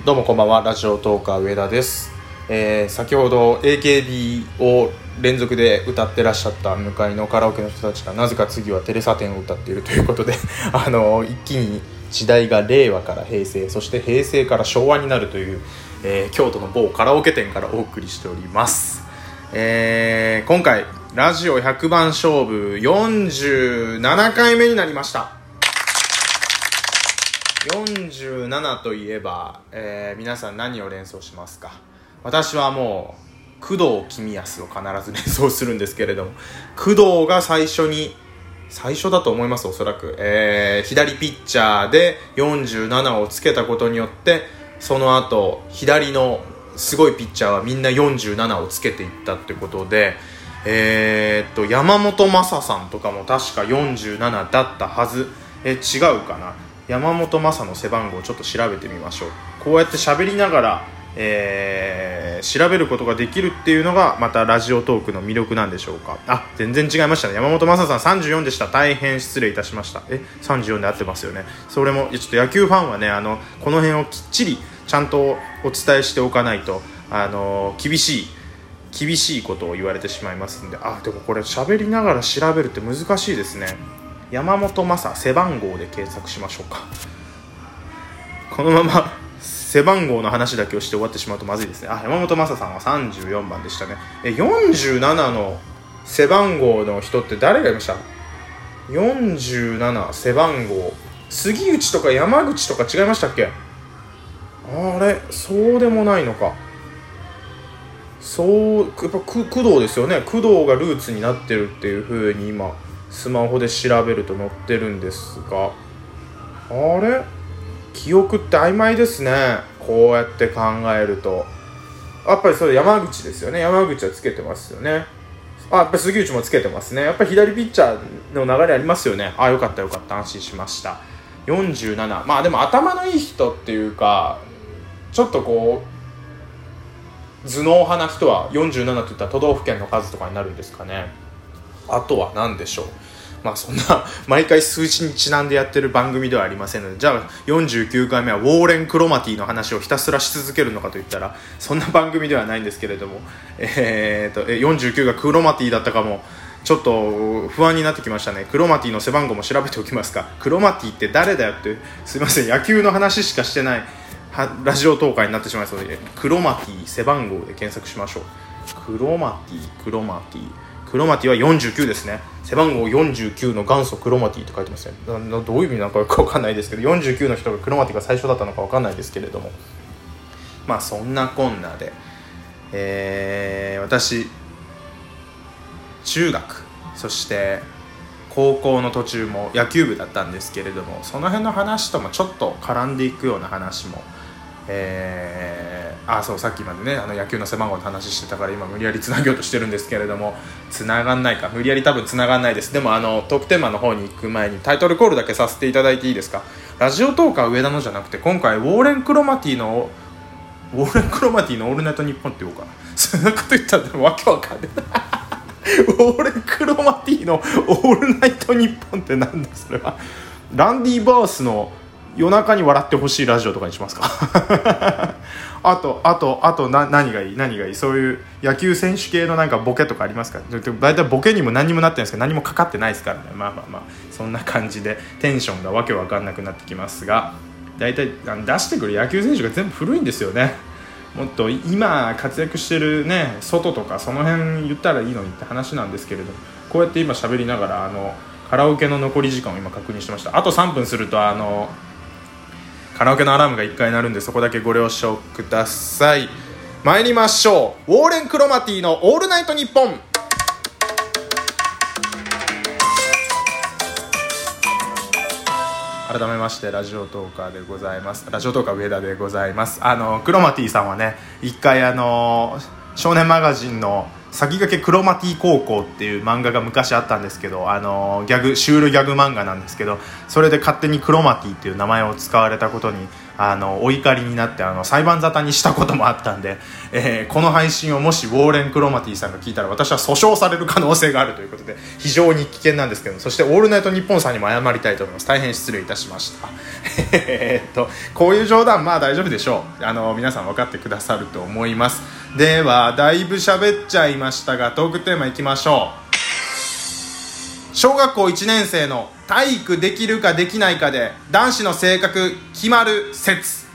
どうもこんばんは。ラジオトーカー上田です。先ほど AKB を連続で歌ってらっしゃった向かいのカラオケの人たちがなぜか次はテレサテンを歌っているということで一気に時代が令和から平成、そして平成から昭和になるという、京都の某カラオケ店からお送りしております。今回ラジオ100番勝負47回目になりました。47といえば、皆さん何を連想しますか？私はもう工藤公康を必ず連想するんですけれども、工藤が最初だと思います。おそらく、左ピッチャーで47をつけたことによって、その後左のすごいピッチャーはみんな47をつけていったってことで、山本昌さんとかも確か47だったはず。違うかな。山本昌の背番号をちょっと調べてみましょう。こうやって喋りながら、調べることができるっていうのがまたラジオトークの魅力なんでしょうか。全然違いましたね。山本昌さん34でした。大変失礼いたしました。34で合ってますよね。それもちょっと野球ファンはね、この辺をきっちりちゃんとお伝えしておかないと厳しいことを言われてしまいますんで。でもこれ喋りながら調べるって難しいですね。山本昌背番号で検索しましょうか。このまま背番号の話だけをして終わってしまうとまずいですね。山本昌さんは34番でしたね。47の背番号の人って誰がいました？ 47 背番号、杉内とか山口とか違いましたっけ？そうでもないのか。やっぱ工藤ですよね。工藤がルーツになってるっていう風に今スマホで調べると載ってるんですが、記憶って曖昧ですね。こうやって考えるとやっぱりそれ山口ですよね。山口はつけてますよね。やっぱり杉内もつけてますね。やっぱり左ピッチャーの流れありますよね。よかった安心しました。47、でも頭のいい人っていうか、ちょっとこう頭脳派な人は47って言ったら都道府県の数とかになるんですかね。あとは何でしょう。そんな毎回数字にちなんでやってる番組ではありませんので、じゃあ49回目はウォーレン・クロマティの話をひたすらし続けるのかといったらそんな番組ではないんですけれども、49がクロマティだったかもちょっと不安になってきましたね。クロマティの背番号も調べておきますか。クロマティって誰だよって、すいません、野球の話しかしてないラジオトーカーになってしまいそうで、クロマティ背番号で検索しましょう。クロマティは49ですね。背番号49の元祖クロマティって書いてますね。どういう意味なのかよく分かんないですけど、49の人がクロマティが最初だったのか分かんないですけれども、そんなこんなで、私中学そして高校の途中も野球部だったんですけれども、その辺の話ともちょっと絡んでいくような話もさっきまでね野球の背番号の話してたから今無理やりつなげようとしてるんですけれども、つながんないか。無理やり多分つながんないです。でもトークテーマの方に行く前にタイトルコールだけさせていただいていいですか。ラジオトーカー上田のじゃなくて、今回ウォーレン・クロマティのオールナイトニッポンって言おうかな。そんなこと言ったらわけわかんないウォーレン・クロマティのオールナイトニッポンってなんだそれは。ランディバースの夜中に笑ってほしいラジオとかにしますかあと何がいい。そういう野球選手系のなんかボケとかありますか？だいたいボケにも何にもなってないですけど、何もかかってないですからね。そんな感じでテンションがわけわかんなくなってきますが、だいたい出してくる野球選手が全部古いんですよね。もっと今活躍してるね外とかその辺言ったらいいのにって話なんですけれども、こうやって今喋りながらカラオケの残り時間を今確認してました。あと3分するとカラオケのアラームが1回鳴るんで、そこだけご了承ください。参りましょう。ウォーレン・クロマティのオールナイトニッポン。改めましてラジオトーカーでございます。ラジオトーカー上田でございます。クロマティさんはね、一回少年マガジンの先駆けクロマティ高校っていう漫画が昔あったんですけど、シュールギャグ漫画なんですけど、それで勝手にクロマティっていう名前を使われたことにお怒りになって裁判沙汰にしたこともあったんで、この配信をもしウォーレン・クロマティさんが聞いたら私は訴訟される可能性があるということで非常に危険なんですけど、そしてオールナイトニッポンさんにも謝りたいと思います。大変失礼いたしましたこういう冗談まあ大丈夫でしょう。皆さん分かってくださると思います。ではだいぶ喋っちゃいましたが、トークテーマいきましょう。小学校1年生の体育できるかできないかで男子の性格決まる説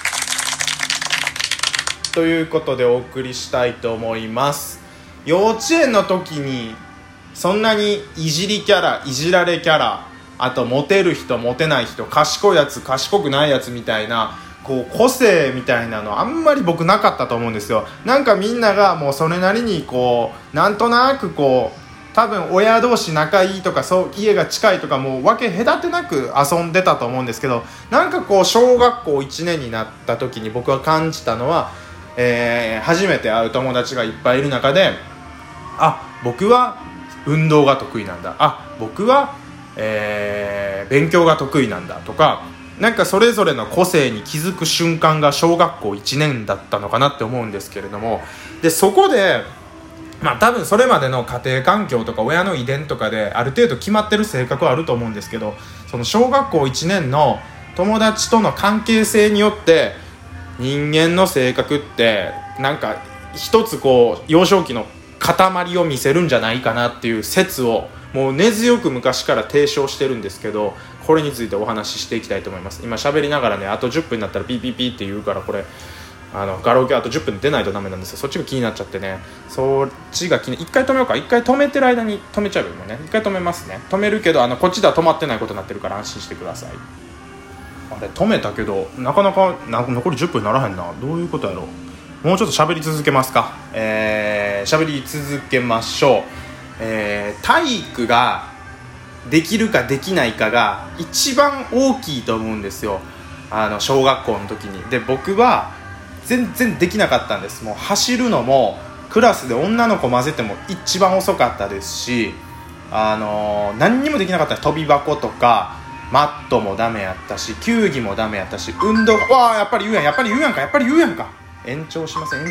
ということでお送りしたいと思います。幼稚園の時にそんなにいじりキャラ、いじられキャラ、あとモテる人モテない人、賢いやつ賢くないやつみたいな個性みたいなのあんまり僕なかったと思うんですよ。なんかみんながもうそれなりになんとなく多分親同士仲いいとか家が近いとかもう分け隔てなく遊んでたと思うんですけど、なんか小学校1年になった時に僕は感じたのは、初めて会う友達がいっぱいいる中で、僕は運動が得意なんだ、僕は、勉強が得意なんだとか、なんかそれぞれの個性に気づく瞬間が小学校1年だったのかなって思うんですけれども、でそこで多分それまでの家庭環境とか親の遺伝とかである程度決まってる性格はあると思うんですけど、その小学校1年の友達との関係性によって人間の性格ってなんか一つ幼少期の塊を見せるんじゃないかなっていう説をもう根強く昔から提唱してるんですけど、これについてお話ししていきたいと思います。今喋りながらね、あと10分になったらピーピーピーって言うから、これガラオケあと10分出ないとダメなんですよ。そっちが気になっちゃってね、そっちが一回止めようか。一回止めてる間に止めちゃうよね。一回止めますね。止めるけどこっちでは止まってないことになってるから安心してください。あれ止めたけどなかなか残り10分にならへんな。どういうことやろう。もうちょっと喋り続けますか。喋り続けましょう。体育ができるかできないかが一番大きいと思うんですよ。小学校の時に。で僕は全然できなかったんです。もう走るのもクラスで女の子混ぜても一番遅かったですし、何にもできなかった。飛び箱とかマットもダメやったし、球技もダメやったし、運動やっぱり言うやんか。延長しません。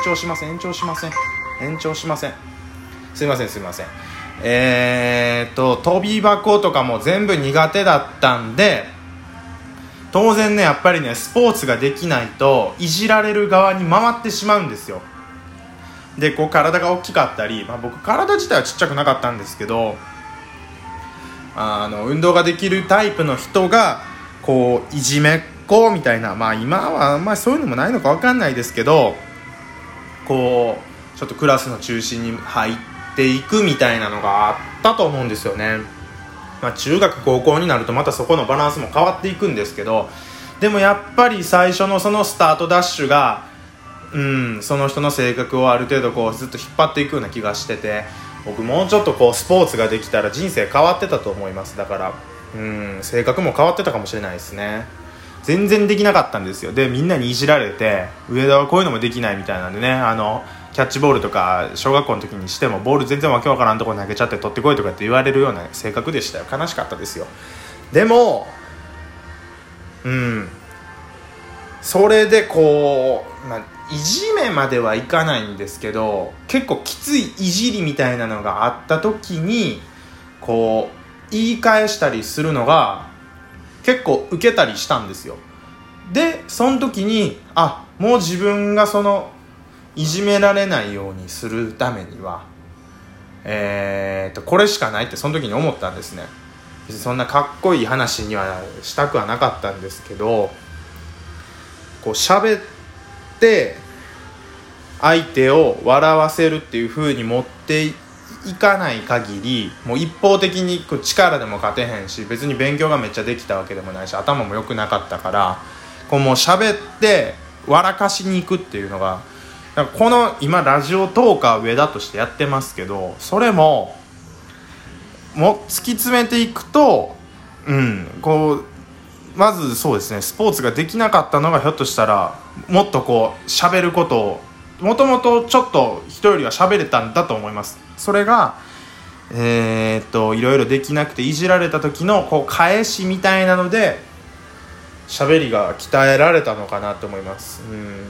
すいません。飛び箱とかも全部苦手だったんで、当然ねやっぱりねスポーツができないといじられる側に回ってしまうんですよ。で体が大きかったり、僕体自体はちっちゃくなかったんですけど、運動ができるタイプの人がいじめっ子みたいな、今はあんまりそういうのもないのか分かんないですけど、ちょっとクラスの中心に入っていくみたいなのがあったと思うんですよね。中学高校になるとまたそこのバランスも変わっていくんですけど、でもやっぱり最初のそのスタートダッシュがその人の性格をある程度ずっと引っ張っていくような気がしてて、僕もうちょっとスポーツができたら人生変わってたと思います。だから性格も変わってたかもしれないですね。全然できなかったんですよ。でみんなにいじられて、上田はこういうのもできないみたいなんでね、キャッチボールとか小学校の時にしてもボール全然わけわからんところに投げちゃって取ってこいとかって言われるような性格でしたよ。悲しかったですよ。でもそれでいじめまではいかないんですけど、結構きついいじりみたいなのがあった時に言い返したりするのが結構ウケたりしたんですよ。でその時にもう自分がいじめられないようにするためにはこれしかないってその時に思ったんですね。別にそんなかっこいい話にはしたくはなかったんですけど、喋って相手を笑わせるっていう風に持っていかない限り、もう一方的に力でも勝てへんし、別に勉強がめっちゃできたわけでもないし頭も良くなかったから、もう喋って笑かしに行くっていうのが、今ラジオトーカー上田としてやってますけど、それも突き詰めていくとまずそうですね、スポーツができなかったのがひょっとしたらもっと喋ることもともとちょっと人よりは喋れたんだと思います。それがいろいろできなくていじられた時のこう返しみたいなので喋りが鍛えられたのかなと思います。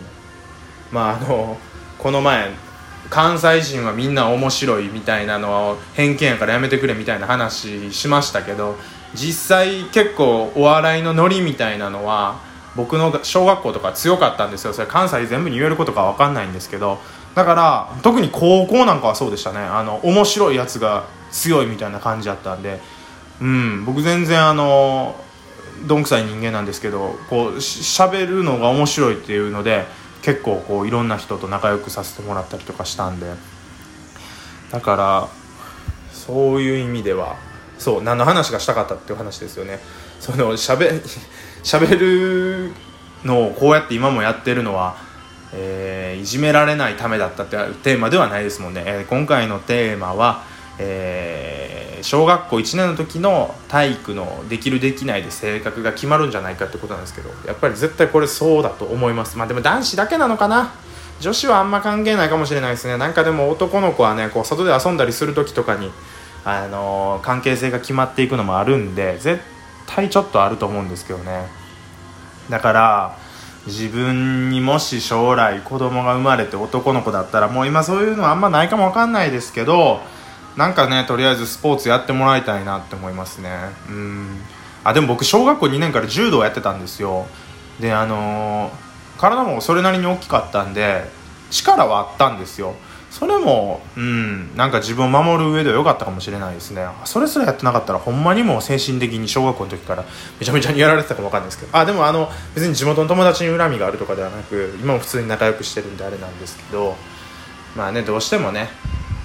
この前関西人はみんな面白いみたいなのを偏見やからやめてくれみたいな話しましたけど、実際結構お笑いのノリみたいなのは僕の小学校とか強かったんですよ。それ関西全部に言えることか分かんないんですけど、だから特に高校なんかはそうでしたね。面白いやつが強いみたいな感じだったんで、僕全然どんくさい人間なんですけど、こう喋るのが面白いっていうので結構こういろんな人と仲良くさせてもらったりとかしたんで、だからそういう意味では何の話がしたかったっていう話ですよね。その喋るのをこうやって今もやってるのは、いじめられないためだったってテーマではないですもんね。今回のテーマは、小学校1年の時の体育のできるできないで性格が決まるんじゃないかってことなんですけど、やっぱり絶対これそうだと思います。でも男子だけなのかな、女子はあんま関係ないかもしれないですね。なんかでも男の子はね、こう外で遊んだりする時とかに関係性が決まっていくのもあるんで、絶対ちょっとあると思うんですけどね。だから自分にもし将来子供が生まれて男の子だったら、もう今そういうのはあんまないかもわかんないですけど、なんかね、とりあえずスポーツやってもらいたいなって思いますね。でも僕小学校2年から柔道やってたんですよ。で体もそれなりに大きかったんで力はあったんですよ。それもなんか自分を守る上では良かったかもしれないですね。それすらやってなかったらほんまにもう精神的に小学校の時からめちゃめちゃにやられてたかも分かんないですけど、でも別に地元の友達に恨みがあるとかではなく、今も普通に仲良くしてるんであれなんですけど、どうしてもね、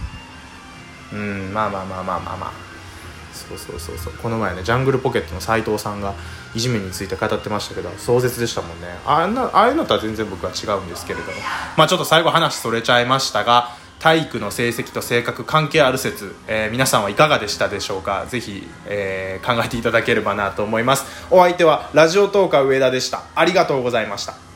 そうこの前ね、ジャングルポケットの斉藤さんがいじめについて語ってましたけど、壮絶でしたもんね。ああいうのとは全然僕は違うんですけれども、ちょっと最後話それちゃいましたが、体育の成績と性格関係ある説、皆さんはいかがでしたでしょうか。ぜひ、考えていただければなと思います。お相手はラジオトーカー上田でした。ありがとうございました。